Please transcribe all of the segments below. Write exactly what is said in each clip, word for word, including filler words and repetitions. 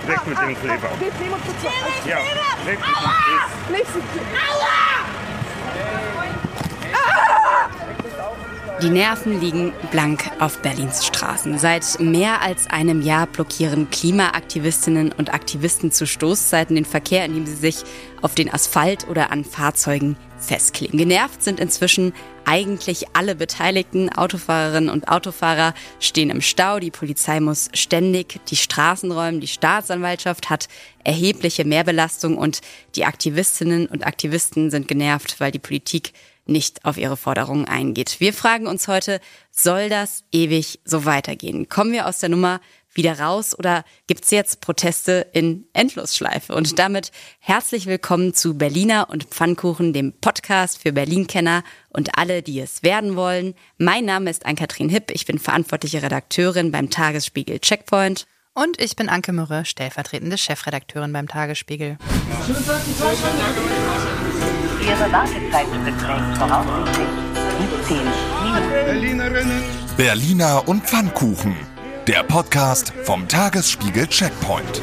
Weg mit dem Kleber. Ja, weg mit dem Kleber. Die Nerven liegen blank auf Berlins Straßen. Seit mehr als einem Jahr blockieren Klimaaktivistinnen und Aktivisten zu Stoßzeiten den Verkehr, indem sie sich auf den Asphalt oder an Fahrzeugen festkleben. Genervt sind inzwischen eigentlich alle Beteiligten. Autofahrerinnen und Autofahrer stehen im Stau. Die Polizei muss ständig die Straßen räumen. Die Staatsanwaltschaft hat erhebliche Mehrbelastung und die Aktivistinnen und Aktivisten sind genervt, weil die Politik nicht auf ihre Forderungen eingeht. Wir fragen uns heute, soll das ewig so weitergehen? Kommen wir aus der Nummer wieder raus oder gibt's jetzt Proteste in Endlosschleife? Und damit herzlich willkommen zu Berliner und Pfannkuchen, dem Podcast für Berlin-Kenner und alle, die es werden wollen. Mein Name ist Ann-Kathrin Hipp, ich bin verantwortliche Redakteurin beim Tagesspiegel Checkpoint. Und ich bin Anke Mürre, stellvertretende Chefredakteurin beim Tagesspiegel. Ihre Wartezeit beträgt voraussichtlich siebzehn Minuten. Berliner und Pfannkuchen, der Podcast vom Tagesspiegel Checkpoint.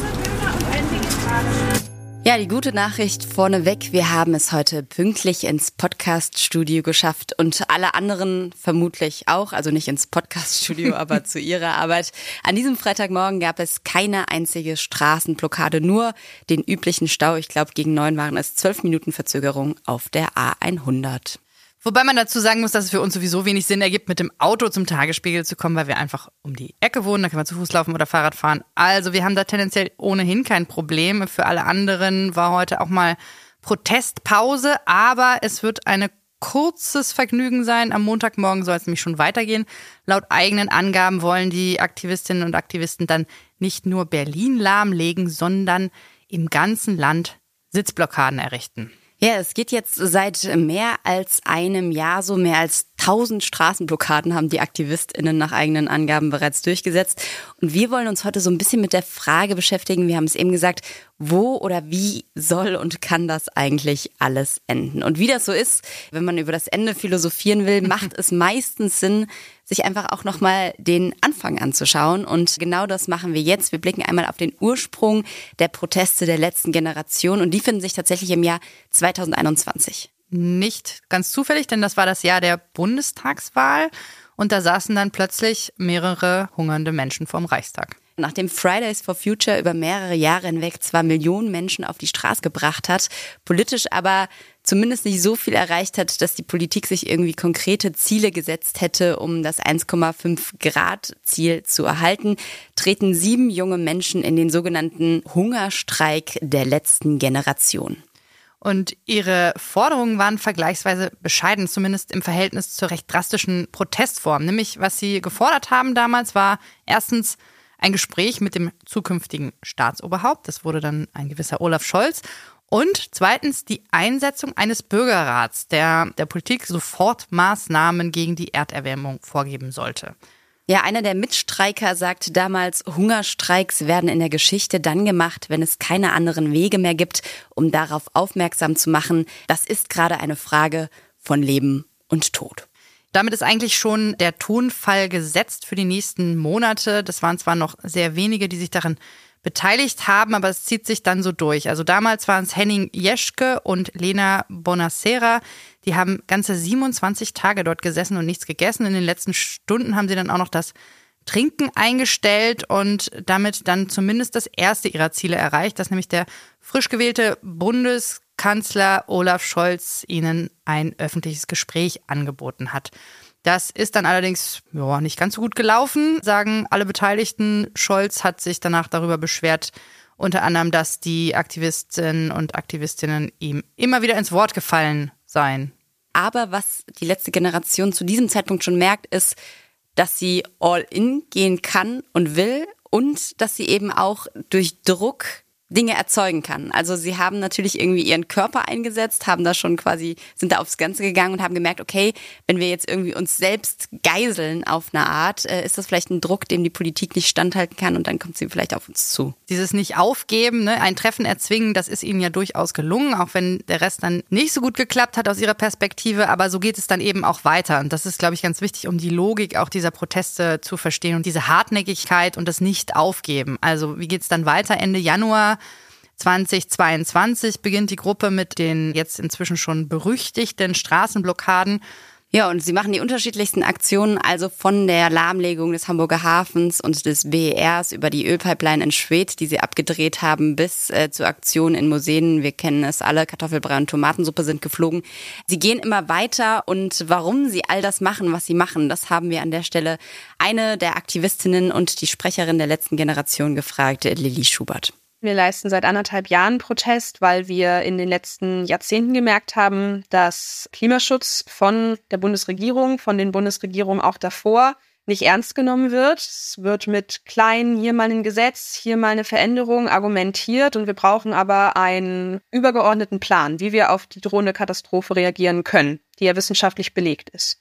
Ja, die gute Nachricht vorneweg, wir haben es heute pünktlich ins Podcast-Studio geschafft und alle anderen vermutlich auch, also nicht ins Podcast-Studio, aber zu ihrer Arbeit. An diesem Freitagmorgen gab es keine einzige Straßenblockade, nur den üblichen Stau. Ich glaube, gegen neun waren es zwölf Minuten Verzögerung auf der A hundert. Wobei man dazu sagen muss, dass es für uns sowieso wenig Sinn ergibt, mit dem Auto zum Tagesspiegel zu kommen, weil wir einfach um die Ecke wohnen, da können wir zu Fuß laufen oder Fahrrad fahren. Also wir haben da tendenziell ohnehin kein Problem. Für alle anderen war heute auch mal Protestpause, aber es wird ein kurzes Vergnügen sein. Am Montagmorgen soll es nämlich schon weitergehen. Laut eigenen Angaben wollen die Aktivistinnen und Aktivisten dann nicht nur Berlin lahmlegen, sondern im ganzen Land Sitzblockaden errichten. Ja, es geht jetzt seit mehr als einem Jahr so. Mehr als tausend Straßenblockaden haben die AktivistInnen nach eigenen Angaben bereits durchgesetzt. Und wir wollen uns heute so ein bisschen mit der Frage beschäftigen, wir haben es eben gesagt, wo oder wie soll und kann das eigentlich alles enden? Und wie das so ist, wenn man über das Ende philosophieren will, macht es meistens Sinn, sich einfach auch nochmal den Anfang anzuschauen. Und genau das machen wir jetzt. Wir blicken einmal auf den Ursprung der Proteste der letzten Generation. Und die finden sich tatsächlich im Jahr zweitausendeinundzwanzig. Nicht ganz zufällig, denn das war das Jahr der Bundestagswahl. Und da saßen dann plötzlich mehrere hungernde Menschen vorm Reichstag. Nachdem Fridays for Future über mehrere Jahre hinweg zwar Millionen Menschen auf die Straße gebracht hat, politisch aber zumindest nicht so viel erreicht hat, dass die Politik sich irgendwie konkrete Ziele gesetzt hätte, um das eins Komma fünf Grad Ziel zu erhalten, treten sieben junge Menschen in den sogenannten Hungerstreik der letzten Generation. Und ihre Forderungen waren vergleichsweise bescheiden, zumindest im Verhältnis zur recht drastischen Protestform. Nämlich, was sie gefordert haben damals, war erstens ein Gespräch mit dem zukünftigen Staatsoberhaupt. Das wurde dann ein gewisser Olaf Scholz. Und zweitens die Einsetzung eines Bürgerrats, der der Politik sofort Maßnahmen gegen die Erderwärmung vorgeben sollte. Ja, einer der Mitstreiker sagte damals, Hungerstreiks werden in der Geschichte dann gemacht, wenn es keine anderen Wege mehr gibt, um darauf aufmerksam zu machen. Das ist gerade eine Frage von Leben und Tod. Damit ist eigentlich schon der Tonfall gesetzt für die nächsten Monate. Das waren zwar noch sehr wenige, die sich daran beteiligt haben, aber es zieht sich dann so durch. Also damals waren es Henning Jeschke und Lena Bonacera. Die haben ganze siebenundzwanzig Tage dort gesessen und nichts gegessen. In den letzten Stunden haben sie dann auch noch das Trinken eingestellt und damit dann zumindest das erste ihrer Ziele erreicht, dass nämlich der frisch gewählte Bundeskanzler Olaf Scholz ihnen ein öffentliches Gespräch angeboten hat. Das ist dann allerdings ja, nicht ganz so gut gelaufen, sagen alle Beteiligten. Scholz hat sich danach darüber beschwert, unter anderem, dass die Aktivistinnen und Aktivistinnen ihm immer wieder ins Wort gefallen seien. Aber was die letzte Generation zu diesem Zeitpunkt schon merkt, ist, dass sie all in gehen kann und will und dass sie eben auch durch Druck Dinge erzeugen kann. Also sie haben natürlich irgendwie ihren Körper eingesetzt, haben da schon quasi, sind da aufs Ganze gegangen und haben gemerkt, okay, wenn wir jetzt irgendwie uns selbst geiseln auf eine Art, äh, ist das vielleicht ein Druck, dem die Politik nicht standhalten kann und dann kommt sie vielleicht auf uns zu. Dieses Nicht-Aufgeben, ne, ein Treffen erzwingen, das ist ihnen ja durchaus gelungen, auch wenn der Rest dann nicht so gut geklappt hat aus ihrer Perspektive, aber so geht es dann eben auch weiter. Und das ist, glaube ich, ganz wichtig, um die Logik auch dieser Proteste zu verstehen und diese Hartnäckigkeit und das Nicht-Aufgeben. Also wie geht es dann weiter? Ende Januar zweitausendzweiundzwanzig beginnt die Gruppe mit den jetzt inzwischen schon berüchtigten Straßenblockaden. Ja, und sie machen die unterschiedlichsten Aktionen, also von der Lahmlegung des Hamburger Hafens und des B E Rs über die Ölpipeline in Schwedt, die sie abgedreht haben, bis äh, zu Aktionen in Museen. Wir kennen es alle, Kartoffelbrei und Tomatensuppe sind geflogen. Sie gehen immer weiter und warum sie all das machen, was sie machen, das haben wir an der Stelle eine der Aktivistinnen und die Sprecherin der letzten Generation gefragt, Lilly Schubert. Wir leisten seit anderthalb Jahren Protest, weil wir in den letzten Jahrzehnten gemerkt haben, dass Klimaschutz von der Bundesregierung, von den Bundesregierungen auch davor nicht ernst genommen wird. Es wird mit kleinen, hier mal ein Gesetz, hier mal eine Veränderung argumentiert und wir brauchen aber einen übergeordneten Plan, wie wir auf die drohende Katastrophe reagieren können, die ja wissenschaftlich belegt ist.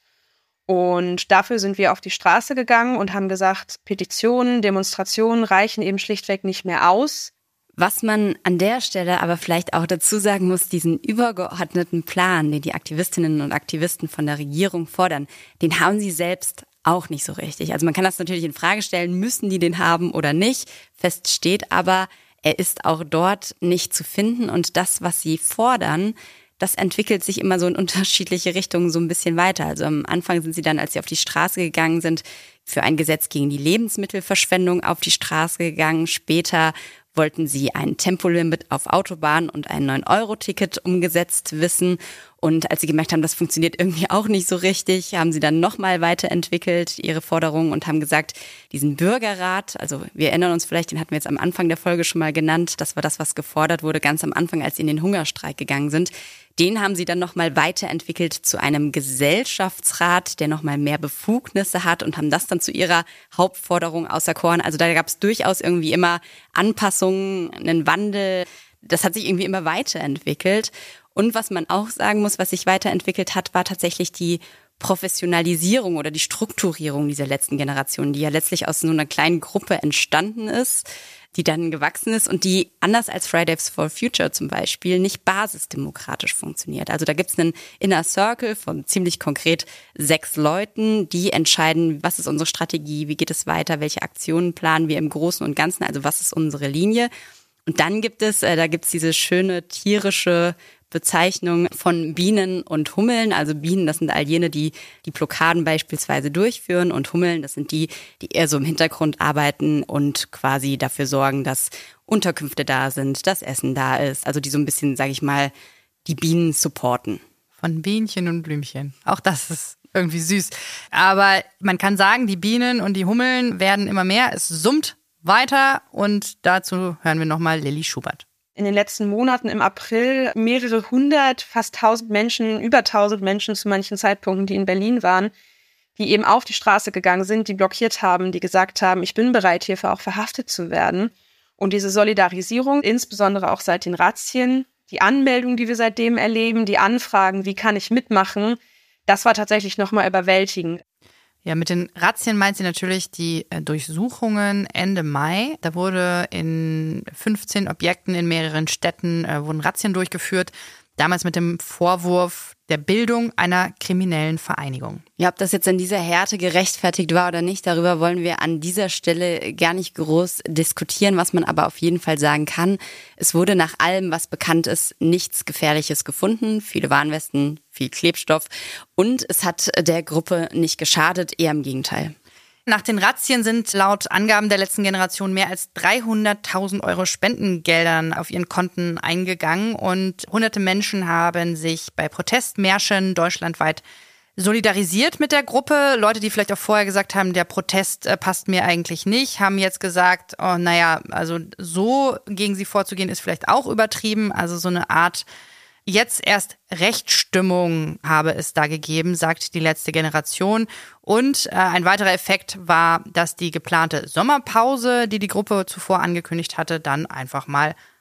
Und dafür sind wir auf die Straße gegangen und haben gesagt, Petitionen, Demonstrationen reichen eben schlichtweg nicht mehr aus. Was man an der Stelle aber vielleicht auch dazu sagen muss, diesen übergeordneten Plan, den die Aktivistinnen und Aktivisten von der Regierung fordern, den haben sie selbst auch nicht so richtig. Also man kann das natürlich in Frage stellen, müssen die den haben oder nicht. Fest steht aber, er ist auch dort nicht zu finden und das, was sie fordern, das entwickelt sich immer so in unterschiedliche Richtungen so ein bisschen weiter. Also am Anfang sind sie dann, als sie auf die Straße gegangen sind, für ein Gesetz gegen die Lebensmittelverschwendung auf die Straße gegangen. Später wollten sie ein Tempolimit auf Autobahnen und ein neun Euro Ticket umgesetzt wissen. Und als sie gemerkt haben, das funktioniert irgendwie auch nicht so richtig, haben sie dann nochmal weiterentwickelt, ihre Forderungen, und haben gesagt, diesen Bürgerrat, also wir erinnern uns vielleicht, den hatten wir jetzt am Anfang der Folge schon mal genannt, das war das, was gefordert wurde, ganz am Anfang, als sie in den Hungerstreik gegangen sind. Den haben sie dann nochmal weiterentwickelt zu einem Gesellschaftsrat, der nochmal mehr Befugnisse hat, und haben das dann zu ihrer Hauptforderung auserkoren. Also da gab es durchaus irgendwie immer Anpassungen, einen Wandel. Das hat sich irgendwie immer weiterentwickelt. Und was man auch sagen muss, was sich weiterentwickelt hat, war tatsächlich die Professionalisierung oder die Strukturierung dieser letzten Generation, die ja letztlich aus so einer kleinen Gruppe entstanden ist, die dann gewachsen ist und die, anders als Fridays for Future zum Beispiel, nicht basisdemokratisch funktioniert. Also da gibt's einen Inner Circle von ziemlich konkret sechs Leuten, die entscheiden, was ist unsere Strategie, wie geht es weiter, welche Aktionen planen wir im Großen und Ganzen, also was ist unsere Linie. Und dann gibt es, äh, da gibt's diese schöne tierische Bezeichnung von Bienen und Hummeln. Also Bienen, das sind all jene, die die Blockaden beispielsweise durchführen, und Hummeln, das sind die, die eher so im Hintergrund arbeiten und quasi dafür sorgen, dass Unterkünfte da sind, dass Essen da ist. Also die so ein bisschen, sage ich mal, die Bienen supporten. Von Bienchen und Blümchen. Auch das ist irgendwie süß. Aber man kann sagen, die Bienen und die Hummeln werden immer mehr. Es summt weiter, und dazu hören wir nochmal Lilly Schubert. In den letzten Monaten im April mehrere hundert, fast tausend Menschen, über tausend Menschen zu manchen Zeitpunkten, die in Berlin waren, die eben auf die Straße gegangen sind, die blockiert haben, die gesagt haben, ich bin bereit, hierfür auch verhaftet zu werden. Und diese Solidarisierung, insbesondere auch seit den Razzien, die Anmeldung, die wir seitdem erleben, die Anfragen, wie kann ich mitmachen, das war tatsächlich nochmal überwältigend. Ja, mit den Razzien meint sie natürlich die Durchsuchungen Ende Mai. Da wurde in fünfzehn Objekten in mehreren Städten äh, wurden Razzien durchgeführt. Damals mit dem Vorwurf der Bildung einer kriminellen Vereinigung. Ja, ob das jetzt in dieser Härte gerechtfertigt war oder nicht, darüber wollen wir an dieser Stelle gar nicht groß diskutieren. Was man aber auf jeden Fall sagen kann, es wurde nach allem, was bekannt ist, nichts Gefährliches gefunden. Viele Warnwesten, viel Klebstoff, und es hat der Gruppe nicht geschadet, eher im Gegenteil. Nach den Razzien sind laut Angaben der letzten Generation mehr als dreihunderttausend Euro Spendengeldern auf ihren Konten eingegangen, und hunderte Menschen haben sich bei Protestmärschen deutschlandweit solidarisiert mit der Gruppe. Leute, die vielleicht auch vorher gesagt haben, der Protest äh, passt mir eigentlich nicht, haben jetzt gesagt, oh naja, also so gegen sie vorzugehen ist vielleicht auch übertrieben. Also so eine Art jetzt erst Rechtsstimmung habe es da gegeben, sagt die letzte Generation. Und äh, ein weiterer Effekt war, dass die geplante Sommerpause, die die Gruppe zuvor angekündigt hatte, dann einfach mal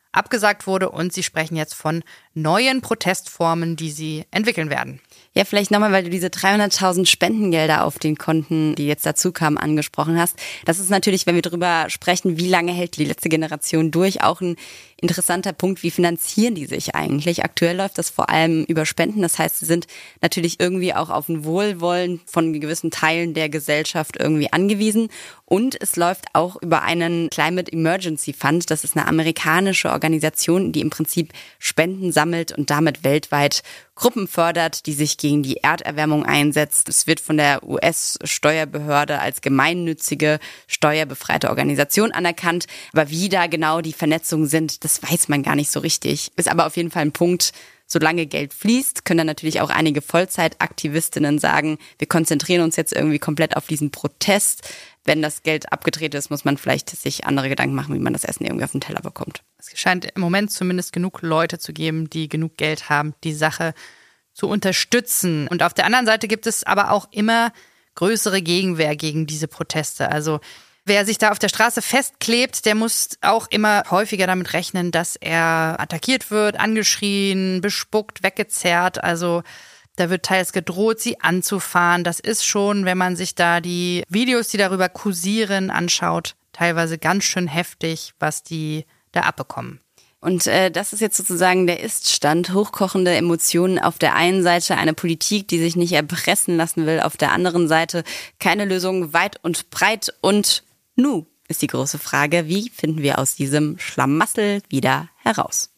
abgesagt wurde und sie sprechen jetzt von neuen Protestformen, die sie entwickeln werden. Ja, vielleicht nochmal, weil du diese dreihunderttausend Spendengelder auf den Konten, die jetzt dazu kamen, angesprochen hast. Das ist natürlich, wenn wir drüber sprechen, wie lange hält die letzte Generation durch, auch ein interessanter Punkt. Wie finanzieren die sich eigentlich? Aktuell läuft das vor allem über Spenden. Das heißt, sie sind natürlich irgendwie auch auf ein Wohlwollen von gewissen Teilen der Gesellschaft irgendwie angewiesen. Und es läuft auch über einen Climate Emergency Fund. Das ist eine amerikanische Organisation, die im Prinzip Spenden sammelt und damit weltweit Gruppen fördert, die sich gegen die Erderwärmung einsetzt. Es wird von der U S-Steuerbehörde als gemeinnützige, steuerbefreite Organisation anerkannt. Aber wie da genau die Vernetzungen sind, das weiß man gar nicht so richtig. Ist aber auf jeden Fall ein Punkt. Solange Geld fließt, können dann natürlich auch einige Vollzeitaktivistinnen sagen, wir konzentrieren uns jetzt irgendwie komplett auf diesen Protest. Wenn das Geld abgedreht ist, muss man vielleicht sich andere Gedanken machen, wie man das Essen irgendwie auf den Teller bekommt. Es scheint im Moment zumindest genug Leute zu geben, die genug Geld haben, die Sache zu unterstützen. Und auf der anderen Seite gibt es aber auch immer größere Gegenwehr gegen diese Proteste. Also wer sich da auf der Straße festklebt, der muss auch immer häufiger damit rechnen, dass er attackiert wird, angeschrien, bespuckt, weggezerrt. Also da wird teils gedroht, sie anzufahren. Das ist schon, wenn man sich da die Videos, die darüber kursieren, anschaut, teilweise ganz schön heftig, was die da abbekommen. Und äh, das ist jetzt sozusagen der Ist-Stand, hochkochende Emotionen auf der einen Seite, eine Politik, die sich nicht erpressen lassen will, auf der anderen Seite keine Lösung weit und breit. Und nu ist die große Frage, wie finden wir aus diesem Schlamassel wieder heraus?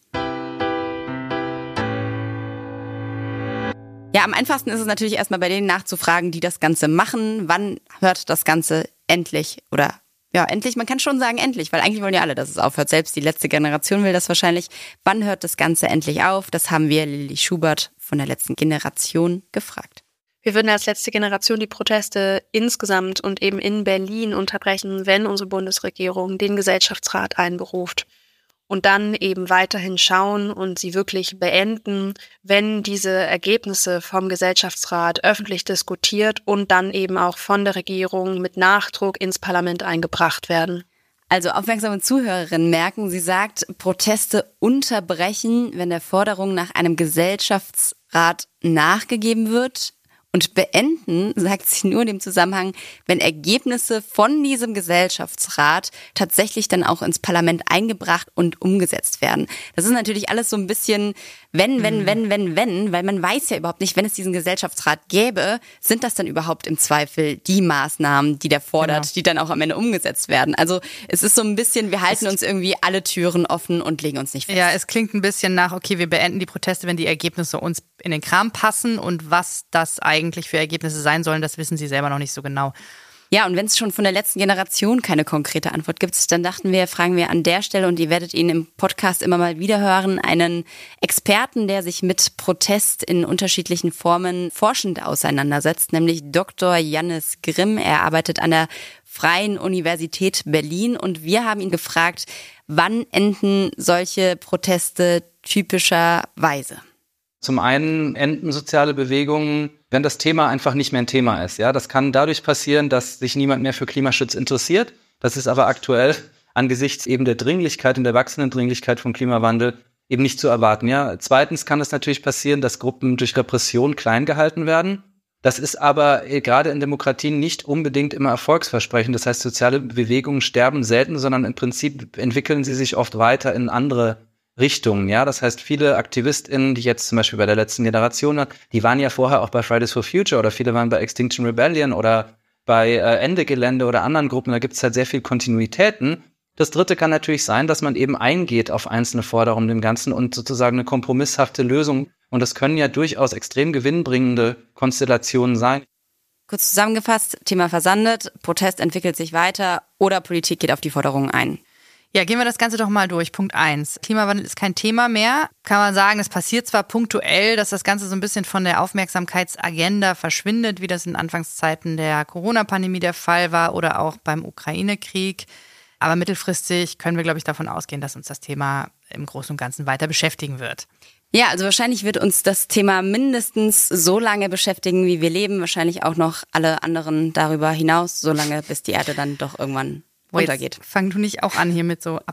Ja, am einfachsten ist es natürlich erstmal bei denen nachzufragen, die das Ganze machen. Wann hört das Ganze endlich oder ja, endlich, man kann schon sagen endlich, weil eigentlich wollen ja alle, dass es aufhört. Selbst die letzte Generation will das wahrscheinlich. Wann hört das Ganze endlich auf? Das haben wir Lilly Schubert von der letzten Generation gefragt. Wir würden als letzte Generation die Proteste insgesamt und eben in Berlin unterbrechen, wenn unsere Bundesregierung den Gesellschaftsrat einberuft. Und dann eben weiterhin schauen und sie wirklich beenden, wenn diese Ergebnisse vom Gesellschaftsrat öffentlich diskutiert und dann eben auch von der Regierung mit Nachdruck ins Parlament eingebracht werden. Also aufmerksame Zuhörerinnen merken, sie sagt, Proteste unterbrechen, wenn der Forderung nach einem Gesellschaftsrat nachgegeben wird. Und beenden, sagt sie nur in dem Zusammenhang, wenn Ergebnisse von diesem Gesellschaftsrat tatsächlich dann auch ins Parlament eingebracht und umgesetzt werden. Das ist natürlich alles so ein bisschen wenn, wenn, wenn, wenn, wenn, weil man weiß ja überhaupt nicht, wenn es diesen Gesellschaftsrat gäbe, sind das dann überhaupt im Zweifel die Maßnahmen, die der fordert, genau, die dann auch am Ende umgesetzt werden. Also es ist so ein bisschen, wir halten uns irgendwie alle Türen offen und legen uns nicht fest. Ja, es klingt ein bisschen nach, okay, wir beenden die Proteste, wenn die Ergebnisse uns in den Kram passen, und was das eigentlich für Ergebnisse sein sollen, das wissen sie selber noch nicht so genau. Ja, und wenn es schon von der letzten Generation keine konkrete Antwort gibt, dann dachten wir, fragen wir an der Stelle, und ihr werdet ihn im Podcast immer mal wieder hören, einen Experten, der sich mit Protest in unterschiedlichen Formen forschend auseinandersetzt, nämlich Doktor Jannis Grimm. Er arbeitet an der Freien Universität Berlin, und wir haben ihn gefragt, wann enden solche Proteste typischerweise? Zum einen enden soziale Bewegungen, wenn das Thema einfach nicht mehr ein Thema ist. Ja, das kann dadurch passieren, dass sich niemand mehr für Klimaschutz interessiert. Das ist aber aktuell angesichts eben der Dringlichkeit und der wachsenden Dringlichkeit vom Klimawandel eben nicht zu erwarten. Ja, zweitens kann es natürlich passieren, dass Gruppen durch Repression klein gehalten werden. Das ist aber gerade in Demokratien nicht unbedingt immer erfolgsversprechend. Das heißt, soziale Bewegungen sterben selten, sondern im Prinzip entwickeln sie sich oft weiter in andere Richtungen, ja, das heißt, viele AktivistInnen, die jetzt zum Beispiel bei der letzten Generation waren, die waren ja vorher auch bei Fridays for Future, oder viele waren bei Extinction Rebellion oder bei äh, Ende Gelände oder anderen Gruppen. Da gibt es halt sehr viel Kontinuitäten. Das Dritte kann natürlich sein, dass man eben eingeht auf einzelne Forderungen dem Ganzen und sozusagen eine kompromisshafte Lösung. Und das können ja durchaus extrem gewinnbringende Konstellationen sein. Kurz zusammengefasst, Thema versandet, Protest entwickelt sich weiter oder Politik geht auf die Forderungen ein. Ja, gehen wir das Ganze doch mal durch. Punkt eins. Klimawandel ist kein Thema mehr. Kann man sagen, es passiert zwar punktuell, dass das Ganze so ein bisschen von der Aufmerksamkeitsagenda verschwindet, wie das in Anfangszeiten der Corona-Pandemie der Fall war oder auch beim Ukraine-Krieg. Aber mittelfristig können wir, glaube ich, davon ausgehen, dass uns das Thema im Großen und Ganzen weiter beschäftigen wird. Ja, also wahrscheinlich wird uns das Thema mindestens so lange beschäftigen, wie wir leben. Wahrscheinlich auch noch alle anderen darüber hinaus, so lange, bis die Erde dann doch irgendwann runtergeht. Fang du nicht auch an hier mit so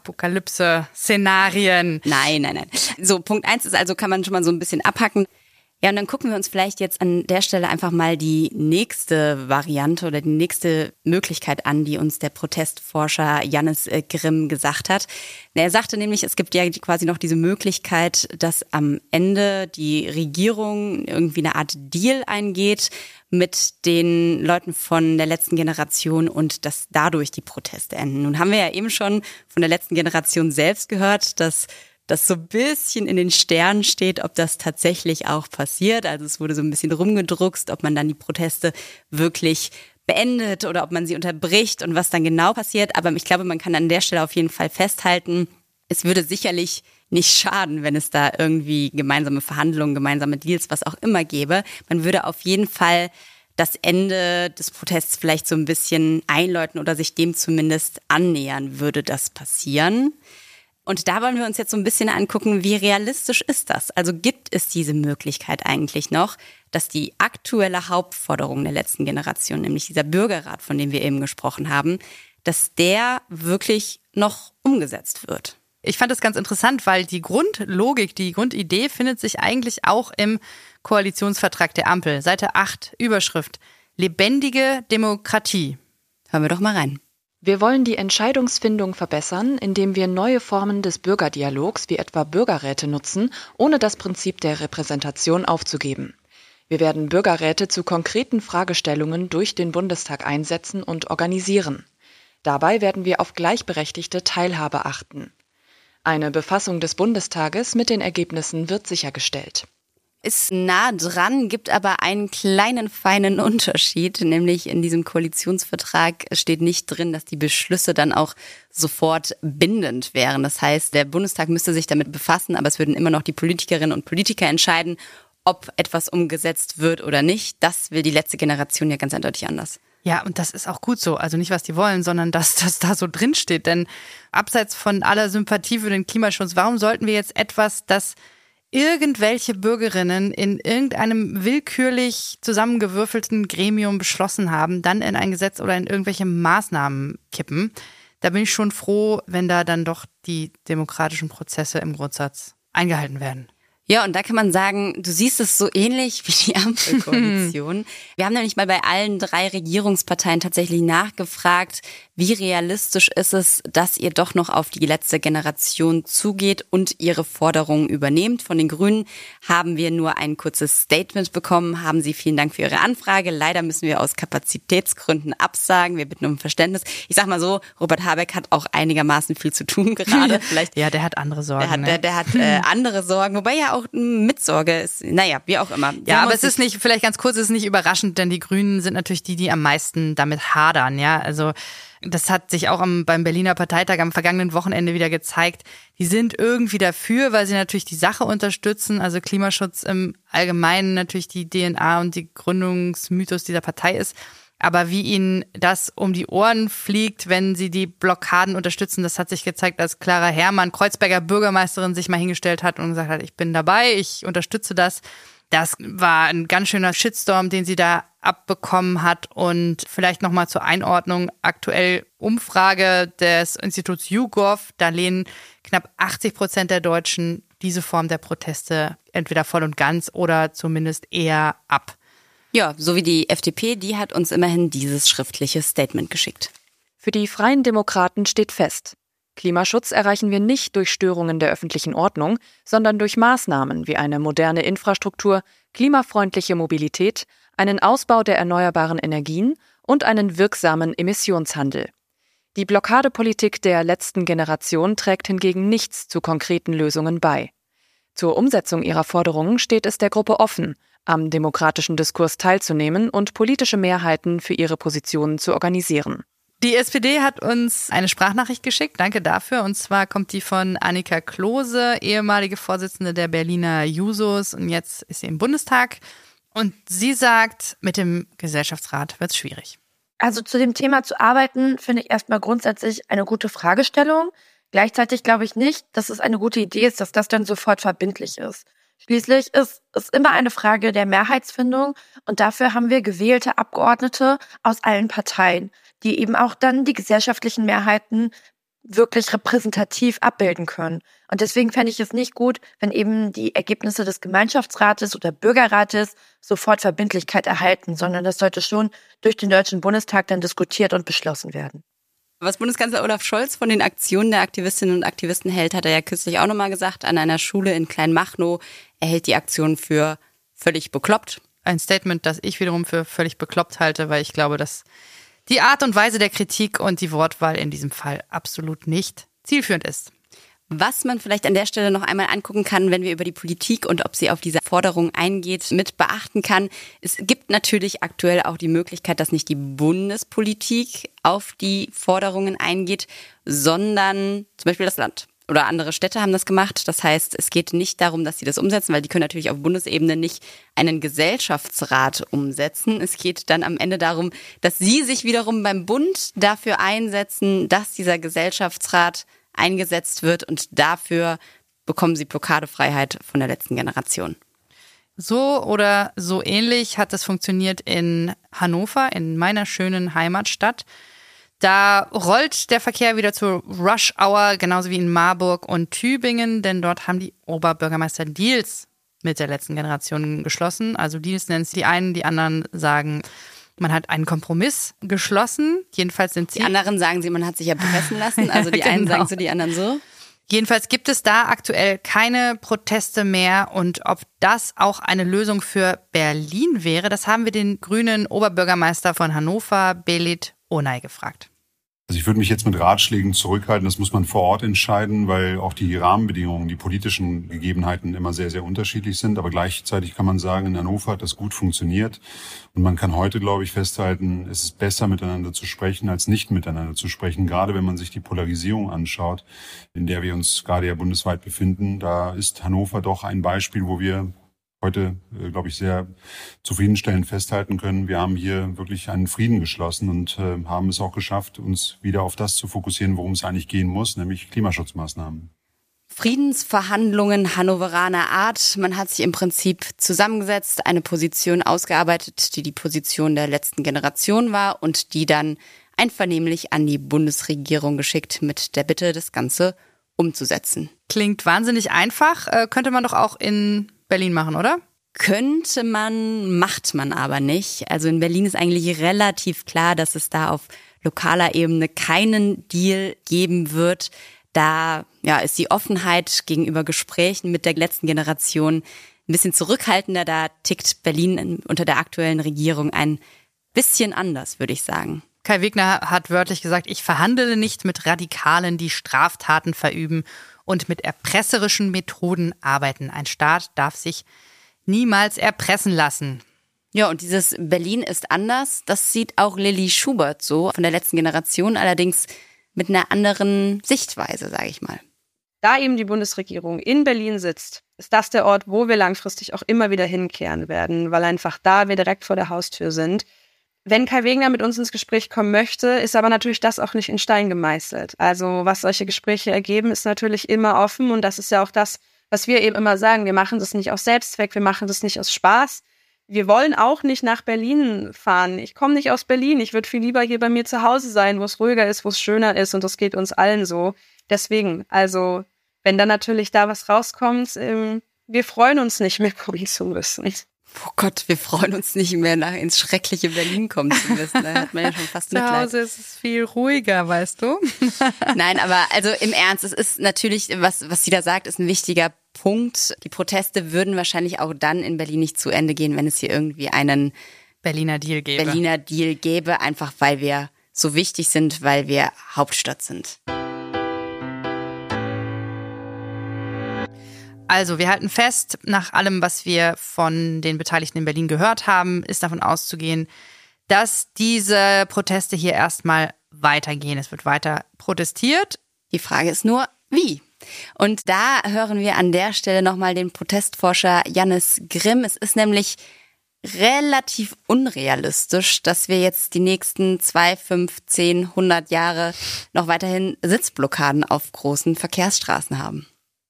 Apokalypse-Szenarien. Nein, nein, nein. So, Punkt eins ist also, kann man schon mal so ein bisschen abhacken. Ja, und dann gucken wir uns vielleicht jetzt an der Stelle einfach mal die nächste Variante oder die nächste Möglichkeit an, die uns der Protestforscher Jannis Grimm gesagt hat. Er sagte nämlich, es gibt ja quasi noch diese Möglichkeit, dass am Ende die Regierung irgendwie eine Art Deal eingeht mit den Leuten von der letzten Generation und dass dadurch die Proteste enden. Nun haben wir ja eben schon von der letzten Generation selbst gehört, dass das so ein bisschen in den Sternen steht, ob das tatsächlich auch passiert. Also es wurde so ein bisschen rumgedruckst, ob man dann die Proteste wirklich beendet oder ob man sie unterbricht und was dann genau passiert. Aber ich glaube, man kann an der Stelle auf jeden Fall festhalten, es würde sicherlich nicht schaden, wenn es da irgendwie gemeinsame Verhandlungen, gemeinsame Deals, was auch immer gäbe. Man würde auf jeden Fall das Ende des Protests vielleicht so ein bisschen einläuten oder sich dem zumindest annähern, würde das passieren. Und da wollen wir uns jetzt so ein bisschen angucken, wie realistisch ist das? Also gibt es diese Möglichkeit eigentlich noch, dass die aktuelle Hauptforderung der letzten Generation, nämlich dieser Bürgerrat, von dem wir eben gesprochen haben, dass der wirklich noch umgesetzt wird? Ich fand das ganz interessant, weil die Grundlogik, die Grundidee findet sich eigentlich auch im Koalitionsvertrag der Ampel. Seite acht, Überschrift: Lebendige Demokratie. Hören wir doch mal rein. Wir wollen die Entscheidungsfindung verbessern, indem wir neue Formen des Bürgerdialogs wie etwa Bürgerräte nutzen, ohne das Prinzip der Repräsentation aufzugeben. Wir werden Bürgerräte zu konkreten Fragestellungen durch den Bundestag einsetzen und organisieren. Dabei werden wir auf gleichberechtigte Teilhabe achten. Eine Befassung des Bundestages mit den Ergebnissen wird sichergestellt. Ist nah dran, gibt aber einen kleinen, feinen Unterschied, nämlich in diesem Koalitionsvertrag steht nicht drin, dass die Beschlüsse dann auch sofort bindend wären. Das heißt, der Bundestag müsste sich damit befassen, aber es würden immer noch die Politikerinnen und Politiker entscheiden, ob etwas umgesetzt wird oder nicht. Das will die letzte Generation ja ganz eindeutig anders. Ja, und das ist auch gut so. Also nicht, was die wollen, sondern dass das da so drin steht. Denn abseits von aller Sympathie für den Klimaschutz, warum sollten wir jetzt etwas, das irgendwelche Bürgerinnen in irgendeinem willkürlich zusammengewürfelten Gremium beschlossen haben, dann in ein Gesetz oder in irgendwelche Maßnahmen kippen? Da bin ich schon froh, wenn da dann doch die demokratischen Prozesse im Grundsatz eingehalten werden. Ja, und da kann man sagen, du siehst es so ähnlich wie die Ampelkoalition. Wir haben nämlich mal bei allen drei Regierungsparteien tatsächlich nachgefragt, wie realistisch ist es, dass ihr doch noch auf die letzte Generation zugeht und ihre Forderungen übernehmt. Von den Grünen haben wir nur ein kurzes Statement bekommen. Haben Sie vielen Dank für Ihre Anfrage. Leider müssen wir aus Kapazitätsgründen absagen. Wir bitten um Verständnis. Ich sag mal so, Robert Habeck hat auch einigermaßen viel zu tun gerade. Vielleicht, ja, der hat andere Sorgen. Der hat, ne? der, der hat äh, andere Sorgen, wobei ja auch Mitsorge ist, naja, wie auch immer. Ja, aber es ist nicht, vielleicht ganz kurz, es ist nicht überraschend, denn die Grünen sind natürlich die, die am meisten damit hadern, ja. Also das hat sich auch am, beim Berliner Parteitag am vergangenen Wochenende wieder gezeigt. Die sind irgendwie dafür, weil sie natürlich die Sache unterstützen, also Klimaschutz im Allgemeinen natürlich die D N A und die Gründungsmythos dieser Partei ist. Aber wie ihnen das um die Ohren fliegt, wenn sie die Blockaden unterstützen, das hat sich gezeigt, als Clara Herrmann, Kreuzberger Bürgermeisterin, sich mal hingestellt hat und gesagt hat, ich bin dabei, ich unterstütze das. Das war ein ganz schöner Shitstorm, den sie da abbekommen hat. Und vielleicht nochmal zur Einordnung, aktuell Umfrage des Instituts YouGov, da lehnen knapp achtzig Prozent der Deutschen diese Form der Proteste entweder voll und ganz oder zumindest eher ab. Ja, so wie die F D P, die hat uns immerhin dieses schriftliche Statement geschickt. Für die Freien Demokraten steht fest: Klimaschutz erreichen wir nicht durch Störungen der öffentlichen Ordnung, sondern durch Maßnahmen wie eine moderne Infrastruktur, klimafreundliche Mobilität, einen Ausbau der erneuerbaren Energien und einen wirksamen Emissionshandel. Die Blockadepolitik der letzten Generation trägt hingegen nichts zu konkreten Lösungen bei. Zur Umsetzung ihrer Forderungen steht es der Gruppe offen, am demokratischen Diskurs teilzunehmen und politische Mehrheiten für ihre Positionen zu organisieren. Die S P D hat uns eine Sprachnachricht geschickt, danke dafür. Und zwar kommt die von Annika Klose, ehemalige Vorsitzende der Berliner Jusos, und jetzt ist sie im Bundestag. Und sie sagt, mit dem Gesellschaftsrat wird es schwierig. Also zu dem Thema zu arbeiten, finde ich erstmal grundsätzlich eine gute Fragestellung. Gleichzeitig glaube ich nicht, dass es eine gute Idee ist, dass das dann sofort verbindlich ist. Schließlich ist es immer eine Frage der Mehrheitsfindung und dafür haben wir gewählte Abgeordnete aus allen Parteien, die eben auch dann die gesellschaftlichen Mehrheiten wirklich repräsentativ abbilden können. Und deswegen fände ich es nicht gut, wenn eben die Ergebnisse des Gemeinschaftsrates oder Bürgerrates sofort Verbindlichkeit erhalten, sondern das sollte schon durch den Deutschen Bundestag dann diskutiert und beschlossen werden. Was Bundeskanzler Olaf Scholz von den Aktionen der Aktivistinnen und Aktivisten hält, hat er ja kürzlich auch nochmal gesagt, an einer Schule in Kleinmachnow. Er hält die Aktion für völlig bekloppt. Ein Statement, das ich wiederum für völlig bekloppt halte, weil ich glaube, dass die Art und Weise der Kritik und die Wortwahl in diesem Fall absolut nicht zielführend ist. Was man vielleicht an der Stelle noch einmal angucken kann, wenn wir über die Politik und ob sie auf diese Forderung eingeht, mit beachten kann. Es gibt natürlich aktuell auch die Möglichkeit, dass nicht die Bundespolitik auf die Forderungen eingeht, sondern zum Beispiel das Land. Oder andere Städte haben das gemacht. Das heißt, es geht nicht darum, dass sie das umsetzen, weil die können natürlich auf Bundesebene nicht einen Gesellschaftsrat umsetzen. Es geht dann am Ende darum, dass sie sich wiederum beim Bund dafür einsetzen, dass dieser Gesellschaftsrat eingesetzt wird und dafür bekommen sie Blockadefreiheit von der letzten Generation. So oder so ähnlich hat es funktioniert in Hannover, in meiner schönen Heimatstadt. Da rollt der Verkehr wieder zur Rush Hour, genauso wie in Marburg und Tübingen, denn dort haben die Oberbürgermeister Deals mit der letzten Generation geschlossen. Also Deals nennen es die einen, die anderen sagen, man hat einen Kompromiss geschlossen. Jedenfalls sind sie. Die anderen sagen sie, man hat sich erpressen lassen. Also die ja, genau. einen sagen so, die anderen so. Jedenfalls gibt es da aktuell keine Proteste mehr. Und ob das auch eine Lösung für Berlin wäre, das haben wir den grünen Oberbürgermeister von Hannover, Belit Onay, gefragt. Also ich würde mich jetzt mit Ratschlägen zurückhalten, das muss man vor Ort entscheiden, weil auch die Rahmenbedingungen, die politischen Gegebenheiten immer sehr, sehr unterschiedlich sind. Aber gleichzeitig kann man sagen, in Hannover hat das gut funktioniert. Und man kann heute, glaube ich, festhalten, es ist besser miteinander zu sprechen, als nicht miteinander zu sprechen. Gerade wenn man sich die Polarisierung anschaut, in der wir uns gerade ja bundesweit befinden, da ist Hannover doch ein Beispiel, wo wir heute, glaube ich, sehr zufriedenstellend festhalten können. Wir haben hier wirklich einen Frieden geschlossen und äh, haben es auch geschafft, uns wieder auf das zu fokussieren, worum es eigentlich gehen muss, nämlich Klimaschutzmaßnahmen. Friedensverhandlungen hannoveraner Art. Man hat sich im Prinzip zusammengesetzt, eine Position ausgearbeitet, die die Position der letzten Generation war und die dann einvernehmlich an die Bundesregierung geschickt mit der Bitte, das Ganze umzusetzen. Klingt wahnsinnig einfach, äh, könnte man doch auch in Berlin machen, oder? Könnte man, macht man aber nicht. Also in Berlin ist eigentlich relativ klar, dass es da auf lokaler Ebene keinen Deal geben wird. Da ja, ist die Offenheit gegenüber Gesprächen mit der letzten Generation ein bisschen zurückhaltender. Da tickt Berlin unter der aktuellen Regierung ein bisschen anders, würde ich sagen. Kai Wegner hat wörtlich gesagt, ich verhandle nicht mit Radikalen, die Straftaten verüben und mit erpresserischen Methoden arbeiten. Ein Staat darf sich niemals erpressen lassen. Ja, und dieses Berlin ist anders, das sieht auch Lilly Schubert so, von der letzten Generation, allerdings mit einer anderen Sichtweise, sage ich mal. Da eben die Bundesregierung in Berlin sitzt, ist das der Ort, wo wir langfristig auch immer wieder hinkehren werden, weil einfach da wir direkt vor der Haustür sind. Wenn Kai Wegner mit uns ins Gespräch kommen möchte, ist aber natürlich das auch nicht in Stein gemeißelt. Also was solche Gespräche ergeben, ist natürlich immer offen und das ist ja auch das, was wir eben immer sagen. Wir machen das nicht aus Selbstzweck, wir machen das nicht aus Spaß. Wir wollen auch nicht nach Berlin fahren. Ich komme nicht aus Berlin, ich würde viel lieber hier bei mir zu Hause sein, wo es ruhiger ist, wo es schöner ist und das geht uns allen so. Deswegen, also wenn dann natürlich da was rauskommt, ähm, wir freuen uns nicht mehr kommen zu müssen. Oh Gott, wir freuen uns nicht mehr, nach ins schreckliche Berlin kommen zu müssen. Da hat man ja schon fast Mitleid. Zu Hause ist es viel ruhiger, weißt du? Nein, aber also im Ernst, es ist natürlich, was, was sie da sagt, ist ein wichtiger Punkt. Die Proteste würden wahrscheinlich auch dann in Berlin nicht zu Ende gehen, wenn es hier irgendwie einen Berliner Deal gäbe. Berliner Deal gäbe, einfach weil wir so wichtig sind, weil wir Hauptstadt sind. Also, wir halten fest, nach allem, was wir von den Beteiligten in Berlin gehört haben, ist davon auszugehen, dass diese Proteste hier erstmal weitergehen. Es wird weiter protestiert. Die Frage ist nur, wie? Und da hören wir an der Stelle nochmal den Protestforscher Jannis Grimm. Es ist nämlich relativ unrealistisch, dass wir jetzt die nächsten zwei, fünf, zehn, hundert Jahre noch weiterhin Sitzblockaden auf großen Verkehrsstraßen haben.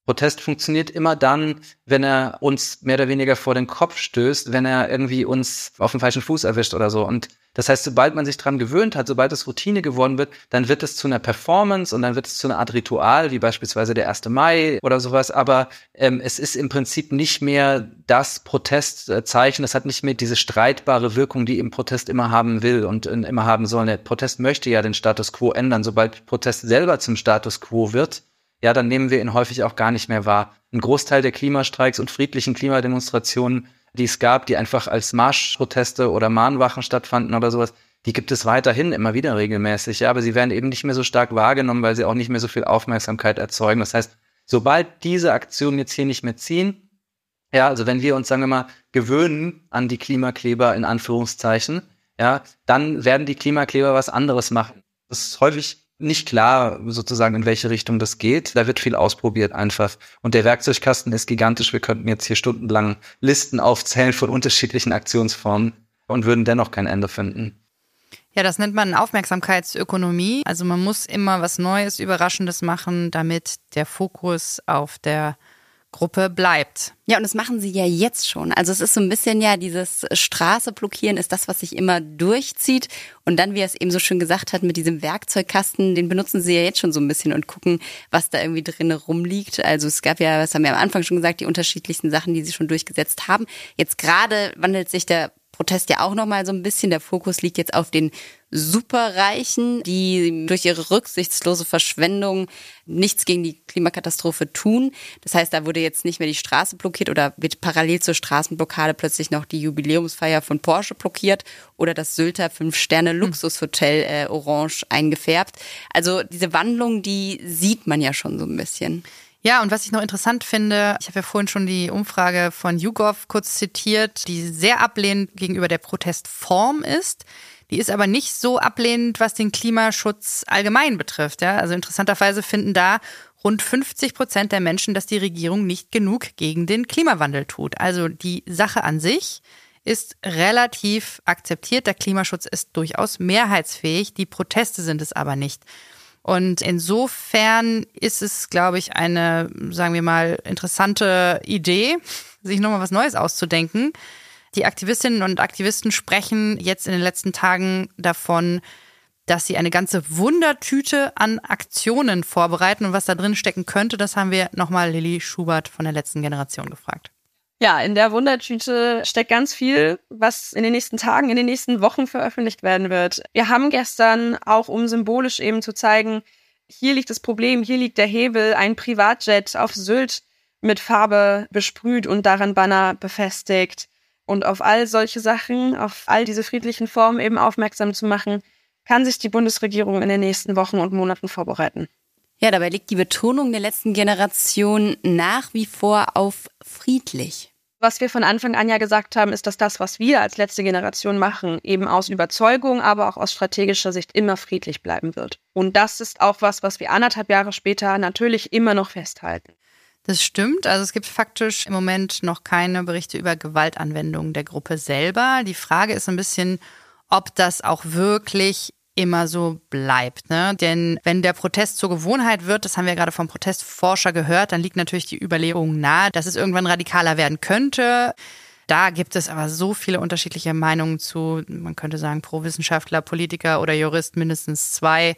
Protest funktioniert immer dann, wenn er uns mehr oder weniger vor den Kopf stößt, wenn er irgendwie uns auf den falschen Fuß erwischt oder so. Und das heißt, sobald man sich dran gewöhnt hat, sobald es Routine geworden wird, dann wird es zu einer Performance und dann wird es zu einer Art Ritual, wie beispielsweise der erste Mai oder sowas. Aber ähm, es ist im Prinzip nicht mehr das Protestzeichen. Es hat nicht mehr diese streitbare Wirkung, die eben Protest immer haben will und äh, immer haben soll. Der Protest möchte ja den Status quo ändern. Sobald Protest selber zum Status quo wird, ja, dann nehmen wir ihn häufig auch gar nicht mehr wahr. Ein Großteil der Klimastreiks und friedlichen Klimademonstrationen, die es gab, die einfach als Marschproteste oder Mahnwachen stattfanden oder sowas, die gibt es weiterhin immer wieder regelmäßig. Ja, aber sie werden eben nicht mehr so stark wahrgenommen, weil sie auch nicht mehr so viel Aufmerksamkeit erzeugen. Das heißt, sobald diese Aktionen jetzt hier nicht mehr ziehen, ja, also wenn wir uns, sagen wir mal, gewöhnen an die Klimakleber in Anführungszeichen, ja, dann werden die Klimakleber was anderes machen. Das ist häufig nicht klar, sozusagen, in welche Richtung das geht. Da wird viel ausprobiert einfach. Und der Werkzeugkasten ist gigantisch. Wir könnten jetzt hier stundenlang Listen aufzählen von unterschiedlichen Aktionsformen und würden dennoch kein Ende finden. Ja, das nennt man Aufmerksamkeitsökonomie. Also man muss immer was Neues, Überraschendes machen, damit der Fokus auf der Gruppe bleibt. Ja, und das machen sie ja jetzt schon. Also es ist so ein bisschen ja dieses Straße blockieren ist das, was sich immer durchzieht. Und dann, wie er es eben so schön gesagt hat, mit diesem Werkzeugkasten, den benutzen sie ja jetzt schon so ein bisschen und gucken, was da irgendwie drin rumliegt. Also es gab ja, das haben wir am Anfang schon gesagt, die unterschiedlichsten Sachen, die sie schon durchgesetzt haben. Jetzt gerade wandelt sich der Protest ja auch nochmal so ein bisschen. Der Fokus liegt jetzt auf den Superreichen, die durch ihre rücksichtslose Verschwendung nichts gegen die Klimakatastrophe tun. Das heißt, da wurde jetzt nicht mehr die Straße blockiert oder wird parallel zur Straßenblockade plötzlich noch die Jubiläumsfeier von Porsche blockiert oder das Sylter Fünf-Sterne-Luxushotel äh, orange eingefärbt. Also diese Wandlung, die sieht man ja schon so ein bisschen. Ja, und was ich noch interessant finde, ich habe ja vorhin schon die Umfrage von YouGov kurz zitiert, die sehr ablehnend gegenüber der Protestform ist. Die ist aber nicht so ablehnend, was den Klimaschutz allgemein betrifft. Ja? Also interessanterweise finden da rund fünfzig Prozent der Menschen, dass die Regierung nicht genug gegen den Klimawandel tut. Also die Sache an sich ist relativ akzeptiert. Der Klimaschutz ist durchaus mehrheitsfähig. Die Proteste sind es aber nicht. Und insofern ist es, glaube ich, eine, sagen wir mal, interessante Idee, sich nochmal was Neues auszudenken. Die Aktivistinnen und Aktivisten sprechen jetzt in den letzten Tagen davon, dass sie eine ganze Wundertüte an Aktionen vorbereiten. Und was da drin stecken könnte, das haben wir nochmal Lilly Schubert von der letzten Generation gefragt. Ja, in der Wundertüte steckt ganz viel, was in den nächsten Tagen, in den nächsten Wochen veröffentlicht werden wird. Wir haben gestern, auch um symbolisch eben zu zeigen, hier liegt das Problem, hier liegt der Hebel, ein Privatjet auf Sylt mit Farbe besprüht und daran Banner befestigt. Und auf all solche Sachen, auf all diese friedlichen Formen eben aufmerksam zu machen, kann sich die Bundesregierung in den nächsten Wochen und Monaten vorbereiten. Ja, dabei liegt die Betonung der letzten Generation nach wie vor auf friedlich. Was wir von Anfang an ja gesagt haben, ist, dass das, was wir als letzte Generation machen, eben aus Überzeugung, aber auch aus strategischer Sicht immer friedlich bleiben wird. Und das ist auch was, was wir anderthalb Jahre später natürlich immer noch festhalten. Das stimmt. Also es gibt faktisch im Moment noch keine Berichte über Gewaltanwendungen der Gruppe selber. Die Frage ist ein bisschen, ob das auch wirklich immer so bleibt, ne? Denn wenn der Protest zur Gewohnheit wird, das haben wir gerade vom Protestforscher gehört, dann liegt natürlich die Überlegung nahe, dass es irgendwann radikaler werden könnte. Da gibt es aber so viele unterschiedliche Meinungen zu, man könnte sagen, Pro-Wissenschaftler, Politiker oder Jurist, mindestens zwei.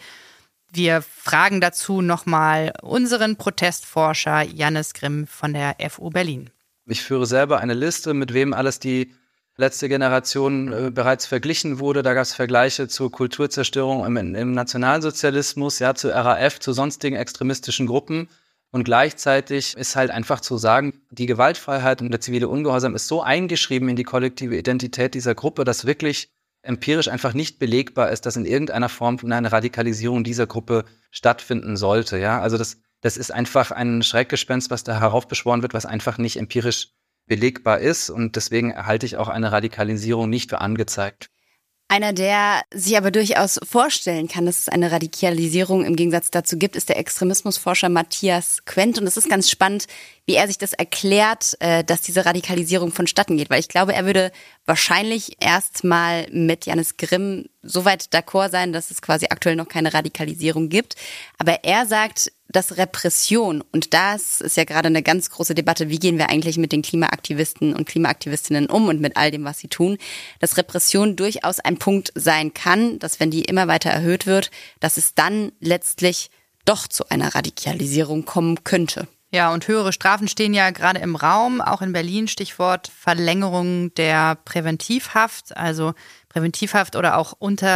Wir fragen dazu nochmal unseren Protestforscher Jannis Grimm von der F U Berlin. Ich führe selber eine Liste, mit wem alles die letzte Generation äh, bereits verglichen wurde. Da gab es Vergleiche zur Kulturzerstörung im, im Nationalsozialismus, ja, zu R A F, zu sonstigen extremistischen Gruppen. Und gleichzeitig ist halt einfach zu sagen, die Gewaltfreiheit und der zivile Ungehorsam ist so eingeschrieben in die kollektive Identität dieser Gruppe, dass wirklich empirisch einfach nicht belegbar ist, dass in irgendeiner Form eine Radikalisierung dieser Gruppe stattfinden sollte. Ja, also das, das ist einfach ein Schreckgespenst, was da heraufbeschworen wird, was einfach nicht empirisch belegbar ist. Und deswegen halte ich auch eine Radikalisierung nicht für angezeigt. Einer, der sich aber durchaus vorstellen kann, dass es eine Radikalisierung im Gegensatz dazu gibt, ist der Extremismusforscher Matthias Quent. Und es ist ganz spannend, wie er sich das erklärt, dass diese Radikalisierung vonstatten geht. Weil ich glaube, er würde wahrscheinlich erstmal mit Jannis Grimm so weit d'accord sein, dass es quasi aktuell noch keine Radikalisierung gibt. Aber er sagt, dass Repression, und das ist ja gerade eine ganz große Debatte, wie gehen wir eigentlich mit den Klimaaktivisten und Klimaaktivistinnen um und mit all dem, was sie tun, dass Repression durchaus ein Punkt sein kann, dass wenn die immer weiter erhöht wird, dass es dann letztlich doch zu einer Radikalisierung kommen könnte. Ja, und höhere Strafen stehen ja gerade im Raum, auch in Berlin, Stichwort Verlängerung der Präventivhaft, also Präventivhaft oder auch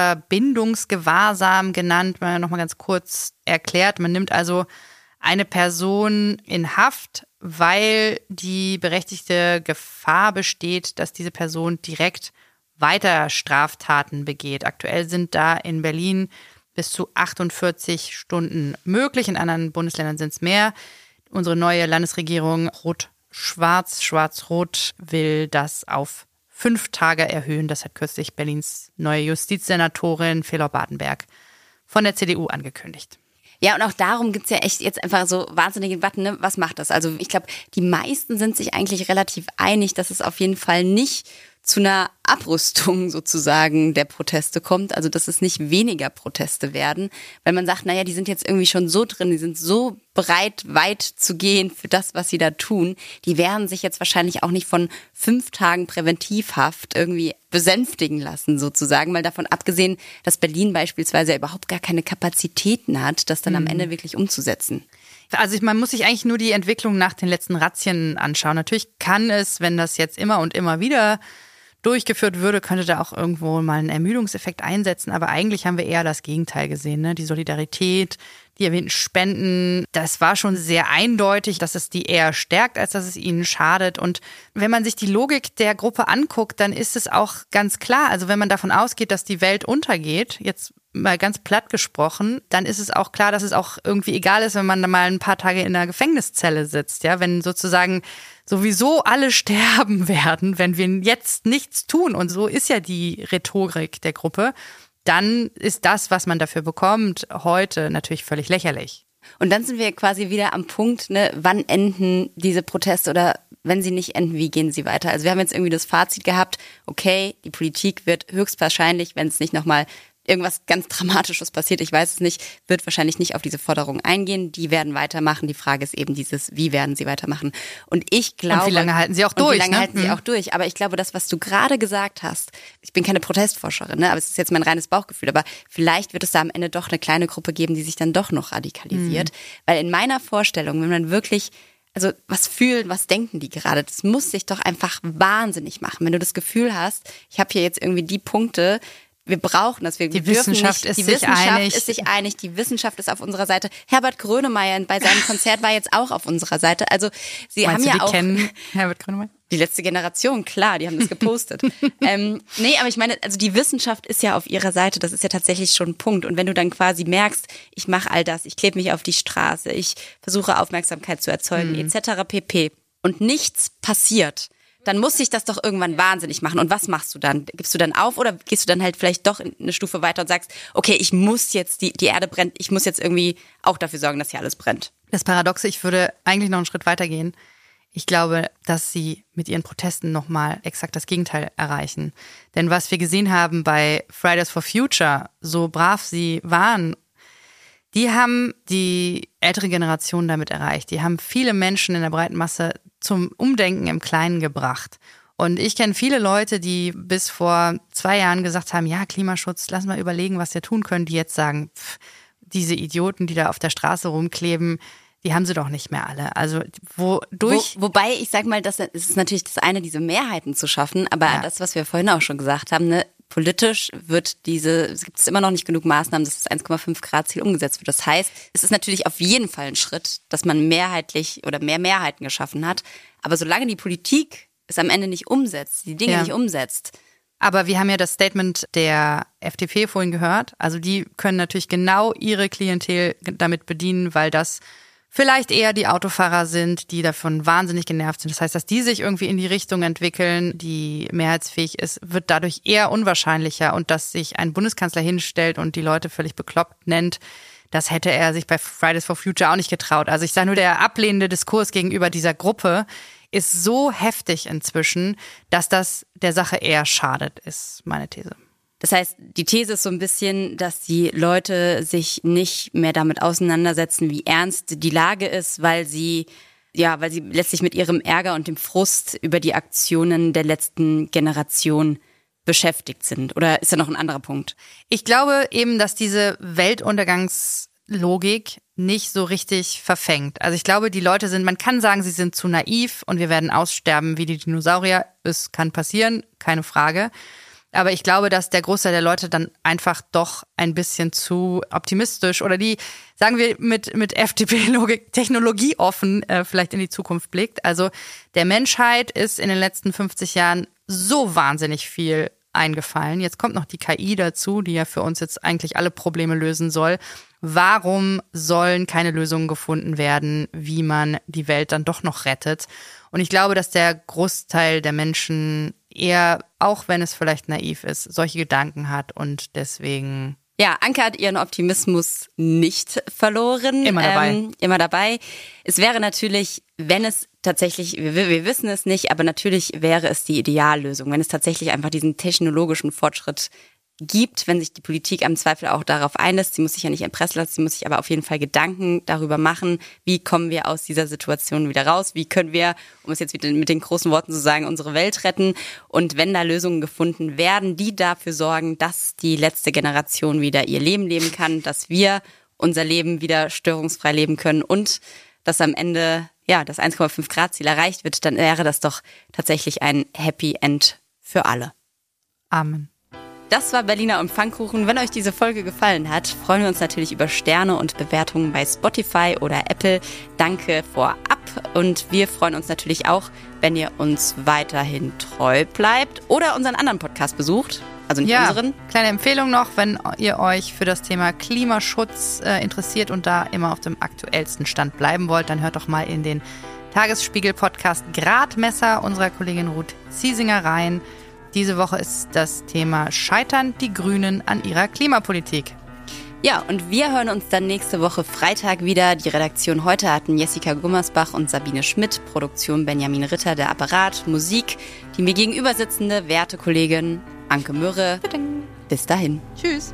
Unterbindungsgewahrsam genannt, mal nochmal ganz kurz erklärt. Man nimmt also eine Person in Haft, weil die berechtigte Gefahr besteht, dass diese Person direkt weiter Straftaten begeht. Aktuell sind da in Berlin bis zu achtundvierzig Stunden möglich, in anderen Bundesländern sind es mehr. Unsere neue Landesregierung Rot-Schwarz, Schwarz-Rot will das auf fünf Tage erhöhen. Das hat kürzlich Berlins neue Justizsenatorin Felor Badenberg von der C D U angekündigt. Ja, und auch darum gibt's ja echt jetzt einfach so wahnsinnige Debatten, ne? Was macht das? Also ich glaube, die meisten sind sich eigentlich relativ einig, dass es auf jeden Fall nicht zu einer Abrüstung sozusagen der Proteste kommt, also dass es nicht weniger Proteste werden, weil man sagt, naja, die sind jetzt irgendwie schon so drin, die sind so bereit, weit zu gehen für das, was sie da tun, die werden sich jetzt wahrscheinlich auch nicht von fünf Tagen Präventivhaft irgendwie besänftigen lassen sozusagen, weil davon abgesehen, dass Berlin beispielsweise überhaupt gar keine Kapazitäten hat, das dann mhm. am Ende wirklich umzusetzen. Also man muss sich eigentlich nur die Entwicklung nach den letzten Razzien anschauen. Natürlich kann es, wenn das jetzt immer und immer wieder durchgeführt würde, könnte da auch irgendwo mal ein Ermüdungseffekt einsetzen. Aber eigentlich haben wir eher das Gegenteil gesehen, ne? Die Solidarität, die erwähnten Spenden, das war schon sehr eindeutig, dass es die eher stärkt, als dass es ihnen schadet. Und wenn man sich die Logik der Gruppe anguckt, dann ist es auch ganz klar. Also wenn man davon ausgeht, dass die Welt untergeht, jetzt mal ganz platt gesprochen, dann ist es auch klar, dass es auch irgendwie egal ist, wenn man da mal ein paar Tage in einer Gefängniszelle sitzt. Ja, wenn sozusagen sowieso alle sterben werden, wenn wir jetzt nichts tun. Und so ist ja die Rhetorik der Gruppe. Dann ist das, was man dafür bekommt, heute natürlich völlig lächerlich. Und dann sind wir quasi wieder am Punkt, ne, wann enden diese Proteste oder wenn sie nicht enden, wie gehen sie weiter? Also wir haben jetzt irgendwie das Fazit gehabt, okay, die Politik wird höchstwahrscheinlich, wenn es nicht nochmal irgendwas ganz Dramatisches passiert, ich weiß es nicht, wird wahrscheinlich nicht auf diese Forderungen eingehen. Die werden weitermachen. Die Frage ist eben dieses, wie werden sie weitermachen? Und ich glaube... Und wie lange halten sie auch durch? Und wie lange ne? halten sie auch durch? Aber ich glaube, das, was du gerade gesagt hast, ich bin keine Protestforscherin, ne, aber es ist jetzt mein reines Bauchgefühl, aber vielleicht wird es da am Ende doch eine kleine Gruppe geben, die sich dann doch noch radikalisiert. Mhm. Weil in meiner Vorstellung, wenn man wirklich... Also was fühlen, was denken die gerade? Das muss sich doch einfach wahnsinnig machen. Wenn du das Gefühl hast, ich habe hier jetzt irgendwie die Punkte... Wir brauchen das. Wir die dürfen Wissenschaft nicht, ist die sich Wissenschaft einig. ist sich einig. Die Wissenschaft ist auf unserer Seite. Herbert Grönemeyer bei seinem Konzert war jetzt auch auf unserer Seite. Also sie Meinst haben du, ja die auch kennen Herbert Grönemeyer? Die letzte Generation, klar, die haben das gepostet. ähm, nee, aber ich meine, also die Wissenschaft ist ja auf ihrer Seite. Das ist ja tatsächlich schon ein Punkt. Und wenn du dann quasi merkst, ich mache all das, ich klebe mich auf die Straße, ich versuche Aufmerksamkeit zu erzeugen, mhm. et cetera pp. Und nichts passiert, dann muss sich das doch irgendwann wahnsinnig machen. Und was machst du dann? Gibst du dann auf oder gehst du dann halt vielleicht doch eine Stufe weiter und sagst, okay, ich muss jetzt, die, die Erde brennt, ich muss jetzt irgendwie auch dafür sorgen, dass hier alles brennt? Das Paradoxe, ich würde eigentlich noch einen Schritt weiter gehen. Ich glaube, dass sie mit ihren Protesten nochmal exakt das Gegenteil erreichen. Denn was wir gesehen haben bei Fridays for Future, so brav sie waren, die haben die ältere Generation damit erreicht. Die haben viele Menschen in der breiten Masse zum Umdenken im Kleinen gebracht. Und ich kenne viele Leute, die bis vor zwei Jahren gesagt haben, ja, Klimaschutz, lass mal überlegen, was wir tun können, die jetzt sagen, pff, diese Idioten, die da auf der Straße rumkleben, die haben sie doch nicht mehr alle. Also wodurch... Wo, wobei, ich sag mal, das ist natürlich das eine, diese Mehrheiten zu schaffen, aber ja. das, was wir vorhin auch schon gesagt haben, ne, politisch wird diese, es gibt immer noch nicht genug Maßnahmen, dass das eins Komma fünf Grad Ziel umgesetzt wird. Das heißt, es ist natürlich auf jeden Fall ein Schritt, dass man mehrheitlich oder mehr Mehrheiten geschaffen hat. Aber solange die Politik es am Ende nicht umsetzt, die Dinge ja. nicht umsetzt. Aber wir haben ja das Statement der F D P vorhin gehört. Also die können natürlich genau ihre Klientel damit bedienen, weil das vielleicht eher die Autofahrer sind, die davon wahnsinnig genervt sind. Das heißt, dass die sich irgendwie in die Richtung entwickeln, die mehrheitsfähig ist, wird dadurch eher unwahrscheinlicher. Und dass sich ein Bundeskanzler hinstellt und die Leute völlig bekloppt nennt, das hätte er sich bei Fridays for Future auch nicht getraut. Also ich sage nur, der ablehnende Diskurs gegenüber dieser Gruppe ist so heftig inzwischen, dass das der Sache eher schadet, ist meine These. Das heißt, die These ist so ein bisschen, dass die Leute sich nicht mehr damit auseinandersetzen, wie ernst die Lage ist, weil sie ja, weil sie letztlich mit ihrem Ärger und dem Frust über die Aktionen der letzten Generation beschäftigt sind. Oder ist da noch ein anderer Punkt? Ich glaube eben, dass diese Weltuntergangslogik nicht so richtig verfängt. Also ich glaube, die Leute sind, man kann sagen, sie sind zu naiv und wir werden aussterben wie die Dinosaurier. Es kann passieren, keine Frage. Aber ich glaube, dass der Großteil der Leute dann einfach doch ein bisschen zu optimistisch oder die, sagen wir mit mit F D P-Logik, technologieoffen äh, vielleicht in die Zukunft blickt. Also der Menschheit ist in den letzten fünfzig Jahren so wahnsinnig viel eingefallen. Jetzt kommt noch die K I dazu, die ja für uns jetzt eigentlich alle Probleme lösen soll. Warum sollen keine Lösungen gefunden werden, wie man die Welt dann doch noch rettet? Und ich glaube, dass der Großteil der Menschen eher, auch wenn es vielleicht naiv ist, solche Gedanken hat und deswegen... Ja, Anke hat ihren Optimismus nicht verloren. Immer dabei. Ähm, immer dabei. Es wäre natürlich, wenn es tatsächlich, wir, wir wissen es nicht, aber natürlich wäre es die Ideallösung, wenn es tatsächlich einfach diesen technologischen Fortschritt gibt, wenn sich die Politik am Zweifel auch darauf einlässt. Sie muss sich ja nicht erpressen lassen, sie muss sich aber auf jeden Fall Gedanken darüber machen, wie kommen wir aus dieser Situation wieder raus, wie können wir, um es jetzt wieder mit den großen Worten zu sagen, unsere Welt retten. Und wenn da Lösungen gefunden werden, die dafür sorgen, dass die letzte Generation wieder ihr Leben leben kann, dass wir unser Leben wieder störungsfrei leben können und dass am Ende ja das eins Komma fünf Grad Ziel erreicht wird, dann wäre das doch tatsächlich ein Happy End für alle. Amen. Das war Berliner und Pfannkuchen. Wenn euch diese Folge gefallen hat, freuen wir uns natürlich über Sterne und Bewertungen bei Spotify oder Apple. Danke vorab und wir freuen uns natürlich auch, wenn ihr uns weiterhin treu bleibt oder unseren anderen Podcast besucht. Also nicht ja, unseren. Kleine Empfehlung noch, wenn ihr euch für das Thema Klimaschutz äh, interessiert und da immer auf dem aktuellsten Stand bleiben wollt, dann hört doch mal in den Tagesspiegel-Podcast Gradmesser unserer Kollegin Ruth Ziesinger rein. Diese Woche ist das Thema Scheitern die Grünen an ihrer Klimapolitik. Ja, und wir hören uns dann nächste Woche Freitag wieder. Die Redaktion heute hatten Jessica Gummersbach und Sabine Schmidt, Produktion Benjamin Ritter, der Apparat, Musik, die mir gegenüber sitzende werte Kollegin Anke Mürre. Bis dahin. Tschüss.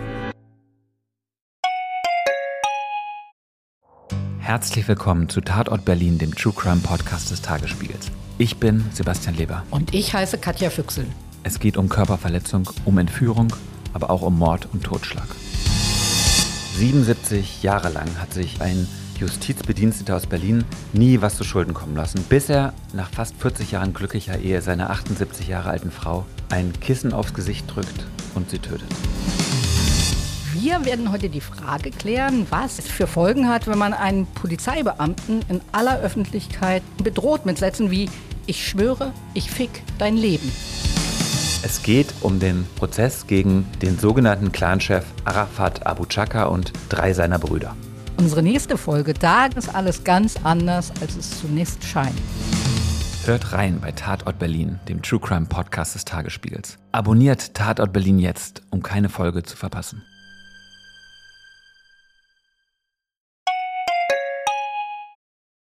Herzlich willkommen zu Tatort Berlin, dem True Crime Podcast des Tagesspiegels. Ich bin Sebastian Leber. Und ich heiße Katja Füchsel. Es geht um Körperverletzung, um Entführung, aber auch um Mord und Totschlag. siebenundsiebzig Jahre lang hat sich ein Justizbediensteter aus Berlin nie was zu Schulden kommen lassen, bis er nach fast vierzig Jahren glücklicher Ehe seiner achtundsiebzig Jahre alten Frau ein Kissen aufs Gesicht drückt und sie tötet. Wir werden heute die Frage klären, was es für Folgen hat, wenn man einen Polizeibeamten in aller Öffentlichkeit bedroht mit Sätzen wie „Ich schwöre, ich fick dein Leben". Es geht um den Prozess gegen den sogenannten Clanchef Arafat Abu Chaka und drei seiner Brüder. Unsere nächste Folge, da ist alles ganz anders, als es zunächst scheint. Hört rein bei Tatort Berlin, dem True Crime Podcast des Tagesspiegels. Abonniert Tatort Berlin jetzt, um keine Folge zu verpassen.